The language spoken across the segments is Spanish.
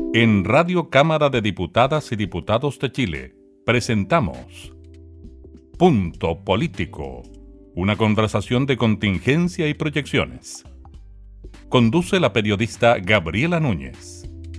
En Radio Cámara de Diputadas y Diputados de Chile, presentamos Punto Político, una conversación de contingencia y proyecciones. Conduce la periodista Gabriela Núñez.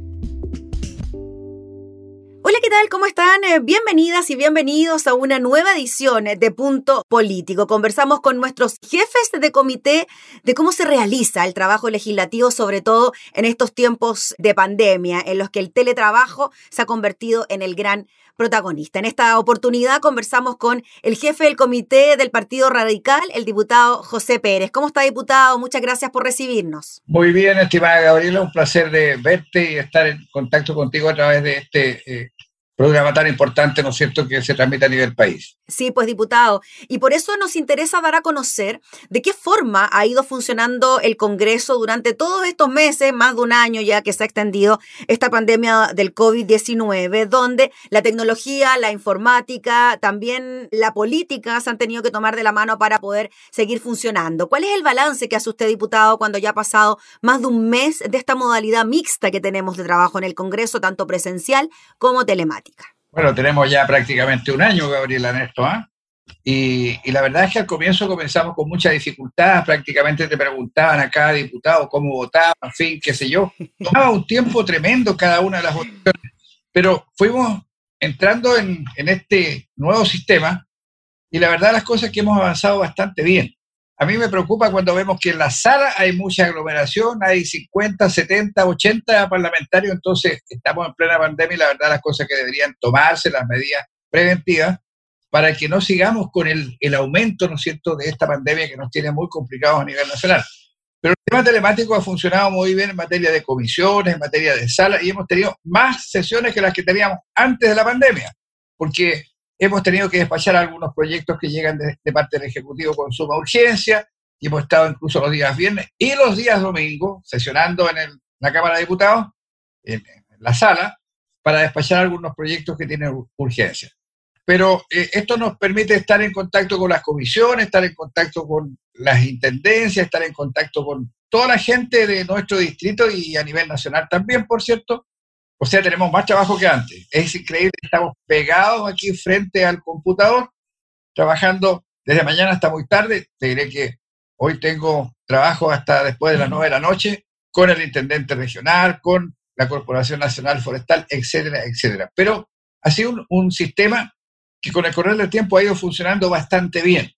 Hola, ¿qué tal? ¿Cómo están? Bienvenidas y bienvenidos a una nueva edición de Punto Político. Conversamos con nuestros jefes de comité de cómo se realiza el trabajo legislativo, sobre todo en estos tiempos de pandemia, en los que el teletrabajo se ha convertido en el gran protagonista. En esta oportunidad conversamos con el jefe del comité del Partido Radical, el diputado José Pérez. ¿Cómo está, diputado? Muchas gracias por recibirnos. Muy bien, estimada Gabriela, un placer de verte y estar en contacto contigo a través de este programa tan importante, ¿no es cierto?, que se transmite a nivel país. Sí, pues, diputado. Y por eso nos interesa dar a conocer de qué forma ha ido funcionando el Congreso durante todos estos meses, más de un año ya que se ha extendido esta pandemia del COVID-19, donde la tecnología, la informática, también la política se han tenido que tomar de la mano para poder seguir funcionando. ¿Cuál es el balance que hace usted, diputado, cuando ya ha pasado más de un mes de esta modalidad mixta que tenemos de trabajo en el Congreso, tanto presencial como telemática? Bueno, tenemos ya prácticamente un año, Gabriela, en esto, ¿eh? Y la verdad es que al comienzo comenzamos con mucha dificultad, prácticamente te preguntaban a cada diputado cómo votaba, en fin, qué sé yo. Tomaba un tiempo tremendo cada una de las votaciones, pero fuimos entrando en este nuevo sistema y la verdad las cosas que hemos avanzado bastante bien. A mí me preocupa cuando vemos que en la sala hay mucha aglomeración, hay 50, 70, 80 parlamentarios, entonces estamos en plena pandemia y la verdad las cosas que deberían tomarse, las medidas preventivas, para que no sigamos con el aumento, ¿no es cierto?, de esta pandemia que nos tiene muy complicados a nivel nacional. Pero el tema telemático ha funcionado muy bien en materia de comisiones, en materia de sala, y hemos tenido más sesiones que las que teníamos antes de la pandemia, porque hemos tenido que despachar algunos proyectos que llegan de parte del Ejecutivo con suma urgencia, y hemos estado incluso los días viernes y los días domingos sesionando en la Cámara de Diputados, en la sala, para despachar algunos proyectos que tienen urgencia. Pero esto nos permite estar en contacto con las comisiones, estar en contacto con las intendencias, estar en contacto con toda la gente de nuestro distrito y a nivel nacional también, por cierto. O sea, tenemos más trabajo que antes. Es increíble, estamos pegados aquí frente al computador, trabajando desde mañana hasta muy tarde. Te diré que hoy tengo trabajo hasta después de las 9 de la noche con el intendente regional, con la Corporación Nacional Forestal, etcétera, etcétera. Pero ha sido un sistema que con el correr del tiempo ha ido funcionando bastante bien.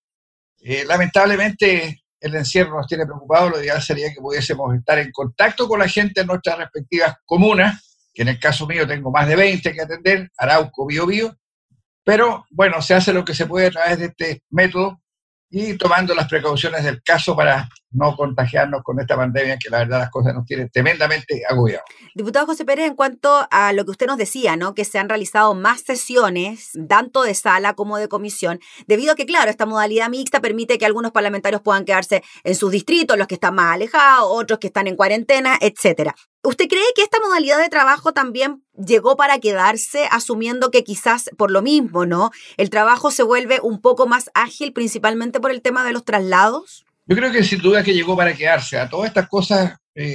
Lamentablemente el encierro nos tiene preocupados. Lo ideal sería que pudiésemos estar en contacto con la gente en nuestras respectivas comunas, que en el caso mío tengo más de 20 que atender, Arauco, Biobío, pero bueno, se hace lo que se puede a través de este método y tomando las precauciones del caso para no contagiarnos con esta pandemia que la verdad las cosas nos tienen tremendamente agobiados. Diputado José Pérez, en cuanto a lo que usted nos decía, ¿no?, que se han realizado más sesiones, tanto de sala como de comisión, debido a que, claro, esta modalidad mixta permite que algunos parlamentarios puedan quedarse en sus distritos, los que están más alejados, otros que están en cuarentena, etcétera. ¿Usted cree que esta modalidad de trabajo también llegó para quedarse, asumiendo que quizás por lo mismo, ¿no?, el trabajo se vuelve un poco más ágil, principalmente por el tema de los traslados? Yo creo que sin duda que llegó para quedarse. A todas estas cosas,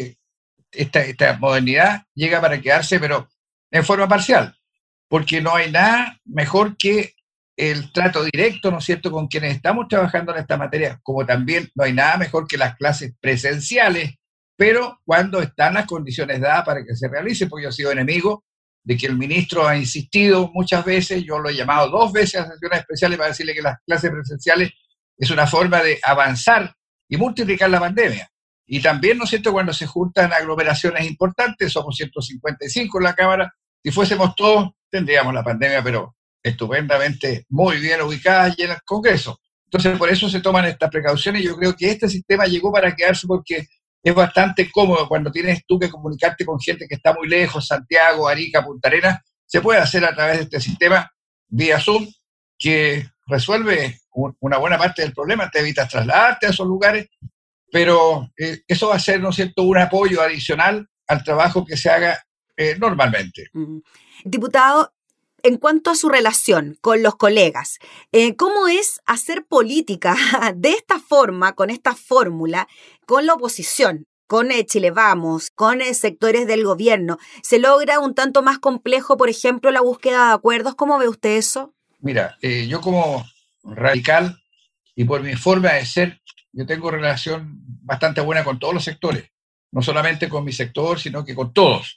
esta modernidad llega para quedarse, pero en forma parcial, porque no hay nada mejor que el trato directo, ¿no es cierto?, con quienes estamos trabajando en esta materia, como también no hay nada mejor que las clases presenciales, pero cuando están las condiciones dadas para que se realice, porque yo he sido enemigo de que el ministro ha insistido muchas veces, yo lo he llamado 2 veces a sesiones especiales para decirle que las clases presenciales es una forma de avanzar y multiplicar la pandemia. Y también, ¿no es cierto?, cuando se juntan aglomeraciones importantes, somos 155 en la Cámara, si fuésemos todos tendríamos la pandemia, pero estupendamente muy bien ubicada y en el Congreso. Entonces, por eso se toman estas precauciones. Yo creo que este sistema llegó para quedarse porque es bastante cómodo cuando tienes tú que comunicarte con gente que está muy lejos, Santiago, Arica, Punta Arenas, se puede hacer a través de este sistema vía Zoom que resuelve una buena parte del problema, te evitas trasladarte a esos lugares, pero eso va a ser, ¿no es cierto?, un apoyo adicional al trabajo que se haga normalmente. Diputado, en cuanto a su relación con los colegas, ¿cómo es hacer política de esta forma, con esta fórmula, con la oposición? con Chile Vamos, con sectores del gobierno, ¿se logra un tanto más complejo, por ejemplo, la búsqueda de acuerdos? ¿Cómo ve usted eso? Mira, yo como radical y por mi forma de ser, yo tengo relación bastante buena con todos los sectores, no solamente con mi sector, sino que con todos.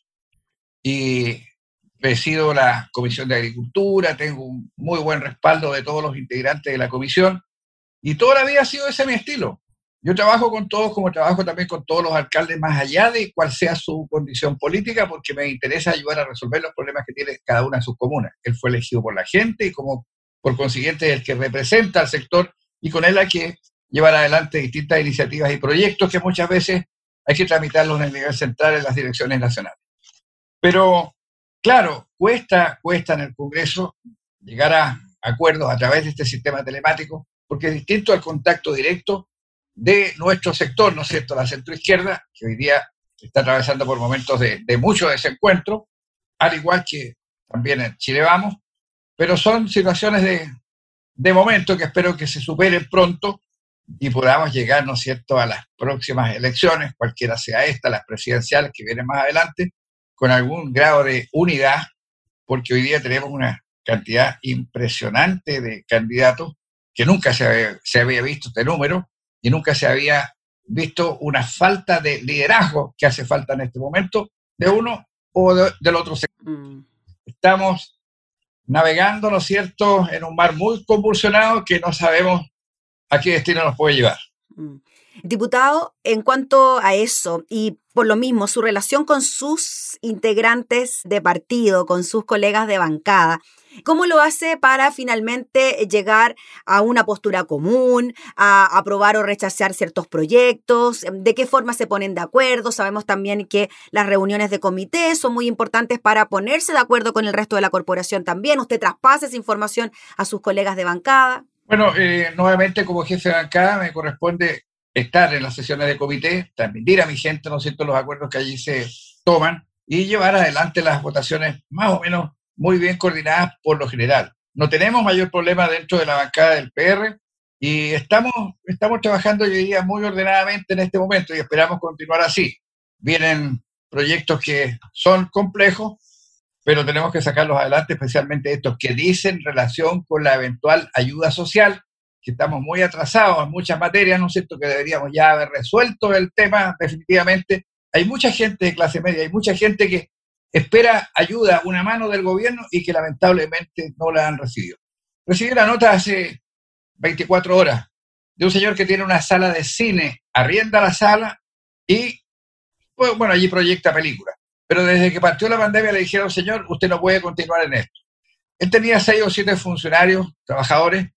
Y presido la Comisión de Agricultura, tengo un muy buen respaldo de todos los integrantes de la comisión y toda la vida ha sido ese mi estilo. Yo trabajo con todos como trabajo también con todos los alcaldes más allá de cuál sea su condición política porque me interesa ayudar a resolver los problemas que tiene cada una de sus comunas. Él fue elegido por la gente y como por consiguiente es el que representa al sector y con él hay que llevar adelante distintas iniciativas y proyectos que muchas veces hay que tramitarlos en el nivel central en las direcciones nacionales. Pero, claro, cuesta en el Congreso llegar a acuerdos a través de este sistema telemático, porque es distinto al contacto directo de nuestro sector, ¿no es cierto?, la centroizquierda, que hoy día está atravesando por momentos de mucho desencuentro, al igual que también en Chile Vamos, pero son situaciones de momento que espero que se superen pronto y podamos llegar, ¿no es cierto?, a las próximas elecciones, cualquiera sea esta, las presidenciales que vienen más adelante, con algún grado de unidad, porque hoy día tenemos una cantidad impresionante de candidatos que nunca se había visto este número y nunca se había visto una falta de liderazgo que hace falta en este momento de uno o del otro sector. Estamos navegando, ¿no es cierto?, en un mar muy convulsionado que no sabemos a qué destino nos puede llevar. Diputado, en cuanto a eso, y por lo mismo, su relación con sus integrantes de partido, con sus colegas de bancada, ¿cómo lo hace para finalmente llegar a una postura común, a aprobar o rechazar ciertos proyectos? ¿De qué forma se ponen de acuerdo? Sabemos también que las reuniones de comité son muy importantes para ponerse de acuerdo con el resto de la corporación también. ¿Usted traspasa esa información a sus colegas de bancada? Bueno, nuevamente como jefe de bancada me corresponde estar en las sesiones de comité, transmitir a mi gente, ¿no es cierto?, los acuerdos que allí se toman y llevar adelante las votaciones más o menos muy bien coordinadas por lo general. No tenemos mayor problema dentro de la bancada del PR y estamos trabajando, yo diría, muy ordenadamente en este momento y esperamos continuar así. Vienen proyectos que son complejos, pero tenemos que sacarlos adelante, especialmente estos que dicen relación con la eventual ayuda social, que estamos muy atrasados en muchas materias, ¿no es cierto?, que deberíamos ya haber resuelto el tema definitivamente. Hay mucha gente de clase media, hay mucha gente que espera ayuda, una mano del gobierno y que lamentablemente no la han recibido. Recibí una nota hace 24 horas de un señor que tiene una sala de cine, arrienda la sala y, bueno, allí proyecta películas. Pero desde que partió la pandemia le dijeron, señor, usted no puede continuar en esto. Él tenía 6 o 7 funcionarios, trabajadores,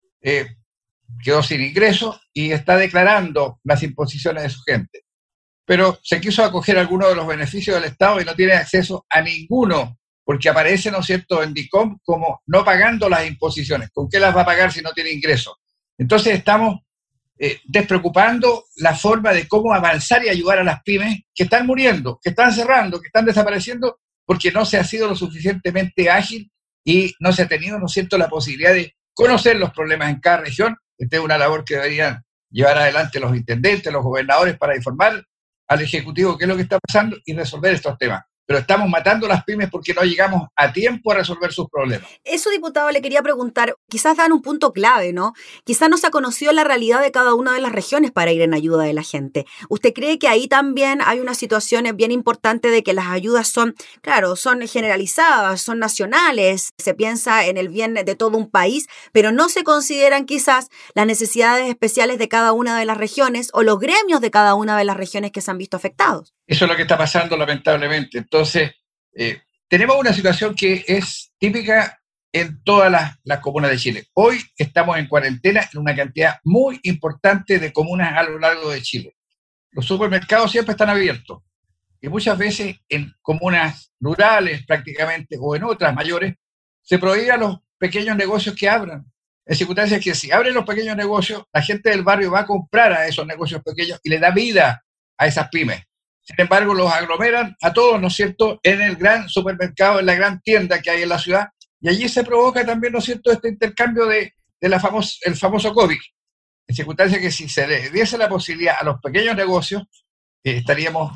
quedó sin ingresos y está declarando las imposiciones de su gente. Pero se quiso acoger algunos de los beneficios del Estado y no tiene acceso a ninguno, porque aparece, ¿no es cierto?, en DICOM como no pagando las imposiciones. ¿Con qué las va a pagar si no tiene ingresos? Entonces estamos despreocupando la forma de cómo avanzar y ayudar a las pymes que están muriendo, que están cerrando, que están desapareciendo, porque no se ha sido lo suficientemente ágil y no se ha tenido, ¿no es cierto?, la posibilidad de conocer los problemas en cada región. Esta es una labor que deberían llevar adelante los intendentes, los gobernadores, para informar al Ejecutivo qué es lo que está pasando y resolver estos temas. Pero estamos matando las pymes porque no llegamos a tiempo a resolver sus problemas. Eso, diputado, le quería preguntar, quizás dan un punto clave, ¿no? Quizás no se ha conocido la realidad de cada una de las regiones para ir en ayuda de la gente. ¿Usted cree que ahí también hay una situación bien importante de que las ayudas son, claro, son generalizadas, son nacionales, se piensa en el bien de todo un país, pero no se consideran quizás las necesidades especiales de cada una de las regiones o los gremios de cada una de las regiones que se han visto afectados? Eso es lo que está pasando, lamentablemente. Entonces, tenemos una situación que es típica en todas las comunas de Chile. Hoy estamos en cuarentena en una cantidad muy importante de comunas a lo largo de Chile. Los supermercados siempre están abiertos y muchas veces en comunas rurales prácticamente o en otras mayores se prohíbe a los pequeños negocios que abran. En circunstancias que si abren los pequeños negocios, la gente del barrio va a comprar a esos negocios pequeños y le da vida a esas pymes. Sin embargo, los aglomeran a todos, ¿no es cierto?, en el gran supermercado, en la gran tienda que hay en la ciudad, y allí se provoca también, ¿no es cierto?, este intercambio de el famoso COVID. En circunstancias que si se le diese la posibilidad a los pequeños negocios, estaríamos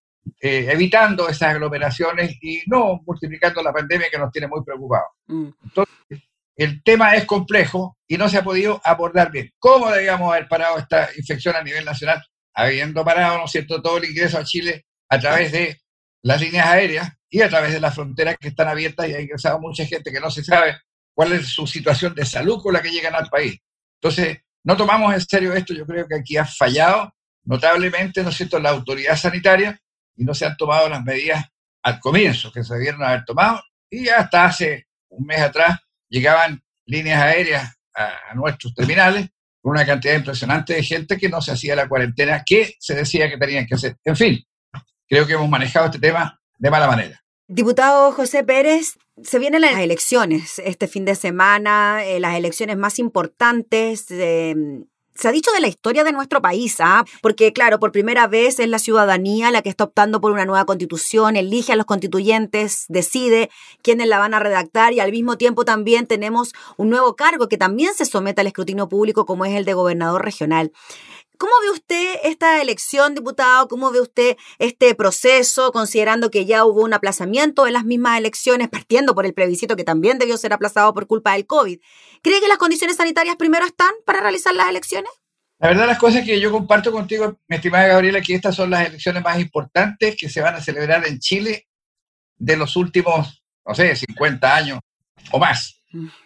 evitando esas aglomeraciones y no multiplicando la pandemia que nos tiene muy preocupados. Entonces, el tema es complejo y no se ha podido abordar bien. ¿Cómo debíamos haber parado esta infección a nivel nacional? Habiendo parado, ¿no es cierto?, todo el ingreso a Chile a través de las líneas aéreas y a través de las fronteras que están abiertas, y ha ingresado mucha gente que no se sabe cuál es su situación de salud con la que llegan al país. Entonces, no tomamos en serio esto. Yo creo que aquí ha fallado notablemente, ¿no es cierto?, la autoridad sanitaria, y no se han tomado las medidas al comienzo que se debieron haber tomado, y hasta hace un mes atrás llegaban líneas aéreas a nuestros terminales con una cantidad impresionante de gente que no se hacía la cuarentena que se decía que tenían que hacer. En fin, creo que hemos manejado este tema de mala manera. Diputado José Pérez, se vienen las elecciones este fin de semana, las elecciones más importantes. Se ha dicho de la historia de nuestro país, porque claro, por primera vez es la ciudadanía la que está optando por una nueva constitución, elige a los constituyentes, decide quiénes la van a redactar, y al mismo tiempo también tenemos un nuevo cargo que también se somete al escrutinio público, como es el de gobernador regional. ¿Cómo ve usted esta elección, diputado? ¿Cómo ve usted este proceso, considerando que ya hubo un aplazamiento de las mismas elecciones, partiendo por el plebiscito que también debió ser aplazado por culpa del COVID? ¿Cree que las condiciones sanitarias primero están para realizar las elecciones? La verdad, las cosas que yo comparto contigo, mi estimada Gabriela, que estas son las elecciones más importantes que se van a celebrar en Chile de los últimos, no sé, 50 años o más,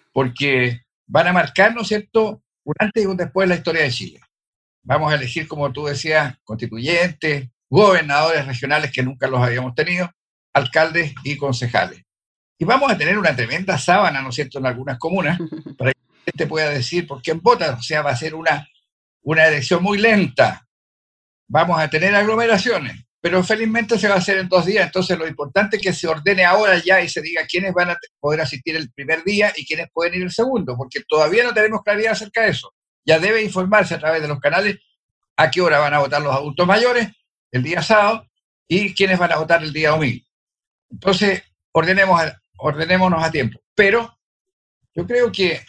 porque van a marcar, ¿no es cierto?, un antes y un después de la historia de Chile. Vamos a elegir, como tú decías, constituyentes, gobernadores regionales que nunca los habíamos tenido, alcaldes y concejales. Y vamos a tener una tremenda sábana, ¿no es cierto?, en algunas comunas, para que la gente pueda decir por quién vota. O sea, va a ser una elección muy lenta. Vamos a tener aglomeraciones, pero felizmente se va a hacer en 2 días. Entonces, lo importante es que se ordene ahora ya y se diga quiénes van a poder asistir el primer día y quiénes pueden ir el segundo, porque todavía no tenemos claridad acerca de eso. Ya debe informarse a través de los canales a qué hora van a votar los adultos mayores el día sábado y quiénes van a votar el día domingo. Entonces, ordenémonos a tiempo. Pero yo creo que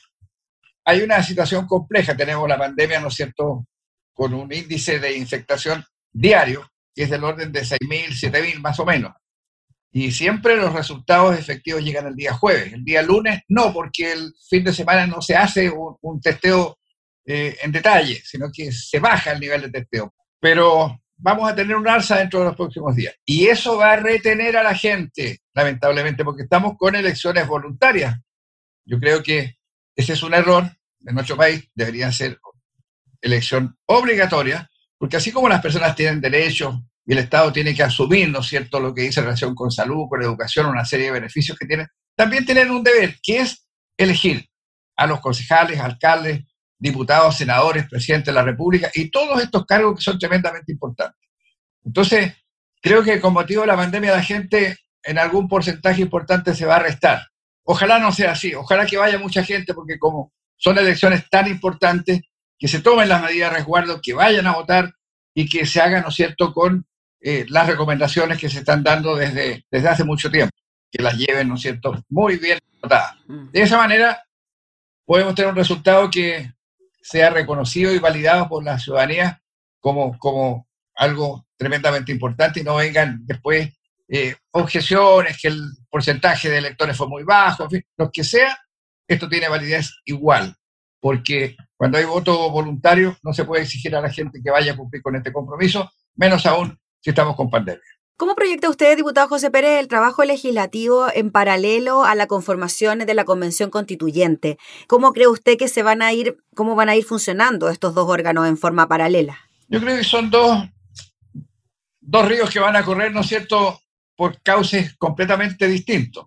hay una situación compleja. Tenemos la pandemia, ¿no es cierto?, con un índice de infectación diario que es del orden de 6.000, 7.000 más o menos. Y siempre los resultados efectivos llegan el día jueves. El día lunes no, porque el fin de semana no se hace un testeo en detalle, sino que se baja el nivel de testeo. Pero vamos a tener un alza dentro de los próximos días. Y eso va a retener a la gente, lamentablemente, porque estamos con elecciones voluntarias. Yo creo que ese es un error de nuestro país. Debería ser elección obligatoria, porque así como las personas tienen derechos y el Estado tiene que asumir, ¿no es cierto?, lo que dice en relación con salud, con educación, una serie de beneficios que tienen, también tienen un deber, que es elegir a los concejales, alcaldes, diputados, senadores, presidente de la República y todos estos cargos que son tremendamente importantes. Entonces, creo que con motivo de la pandemia la gente en algún porcentaje importante se va a restar. Ojalá no sea así, ojalá que vaya mucha gente, porque como son elecciones tan importantes, que se tomen las medidas de resguardo, que vayan a votar y que se hagan, ¿no es cierto?, con las recomendaciones que se están dando desde hace mucho tiempo, que las lleven, ¿no es cierto?, muy bien votadas. De esa manera podemos tener un resultado que sea reconocido y validado por la ciudadanía como algo tremendamente importante, y no vengan después objeciones, que el porcentaje de electores fue muy bajo, en fin, lo que sea, esto tiene validez igual, porque cuando hay voto voluntario no se puede exigir a la gente que vaya a cumplir con este compromiso, menos aún si estamos con pandemia. ¿Cómo proyecta usted, diputado José Pérez, el trabajo legislativo en paralelo a la conformación de la Convención Constituyente? ¿Cómo cree usted que cómo van a ir funcionando estos dos órganos en forma paralela? Yo creo que son dos ríos que van a correr, ¿no es cierto?, por cauces completamente distintos.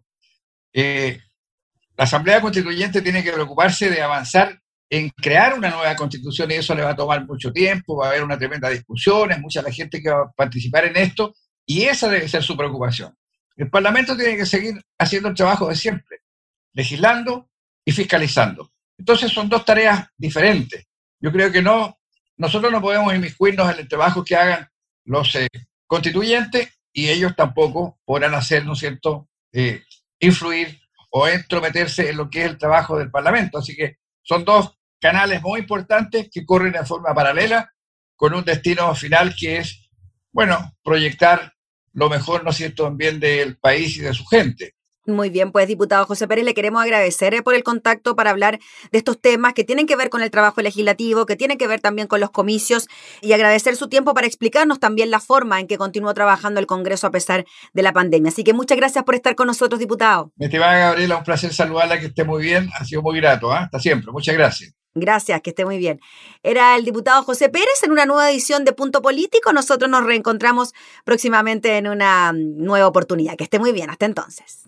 La Asamblea Constituyente tiene que preocuparse de avanzar en crear una nueva constitución, y eso le va a tomar mucho tiempo, va a haber una tremenda discusión, es mucha la gente que va a participar en esto, y esa debe ser su preocupación. El Parlamento tiene que seguir haciendo el trabajo de siempre, legislando y fiscalizando. Entonces son dos tareas diferentes. Yo creo que nosotros no podemos inmiscuirnos en el trabajo que hagan los constituyentes, y ellos tampoco podrán hacer, ¿no es cierto?, influir o entrometerse en lo que es el trabajo del Parlamento. Así que son dos canales muy importantes que corren de forma paralela con un destino final que es proyectar lo mejor, ¿no es cierto?, en bien del país y de su gente. Muy bien, pues diputado José Pérez, le queremos agradecer por el contacto para hablar de estos temas que tienen que ver con el trabajo legislativo, que tienen que ver también con los comicios, y agradecer su tiempo para explicarnos también la forma en que continuó trabajando el Congreso a pesar de la pandemia. Así que muchas gracias por estar con nosotros, diputado. Mi estimada Gabriela, un placer saludarla, que esté muy bien, ha sido muy grato, hasta siempre, muchas gracias. Gracias, que esté muy bien. Era el diputado José Pérez en una nueva edición de Punto Político. Nosotros nos reencontramos próximamente en una nueva oportunidad. Que esté muy bien, hasta entonces.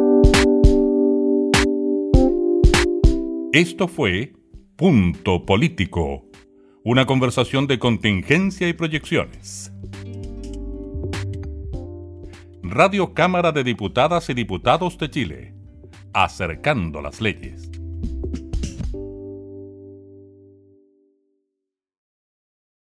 Esto fue Punto Político, una conversación de contingencia y proyecciones. Radio Cámara de Diputadas y Diputados de Chile, acercando las leyes.